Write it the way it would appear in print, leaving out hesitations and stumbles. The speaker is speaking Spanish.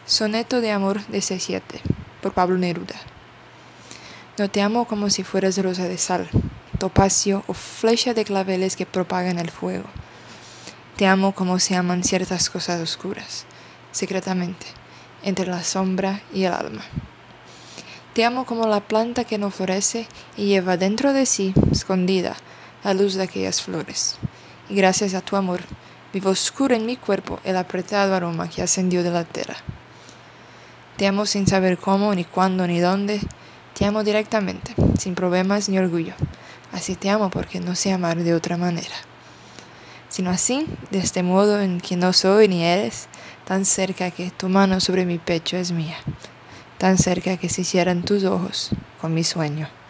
Soneto de amor 17 por Pablo Neruda. No te amo como si fueras rosa de sal, topacio o flecha de claveles que propagan el fuego. Te amo como se aman ciertas cosas oscuras, secretamente, entre la sombra y el alma. Te amo como la planta que no florece y lleva dentro de sí, escondida, la luz de aquellas flores. Y gracias a tu amor, vivo oscuro en mi cuerpo el apretado aroma que ascendió de la tierra. Te amo sin saber cómo, ni cuándo, ni dónde. Te amo directamente, sin problemas ni orgullo. Así te amo porque no sé amar de otra manera. Sino así, de este modo en que no soy ni eres, tan cerca que tu mano sobre mi pecho es mía, tan cerca que se cierran tus ojos con mi sueño.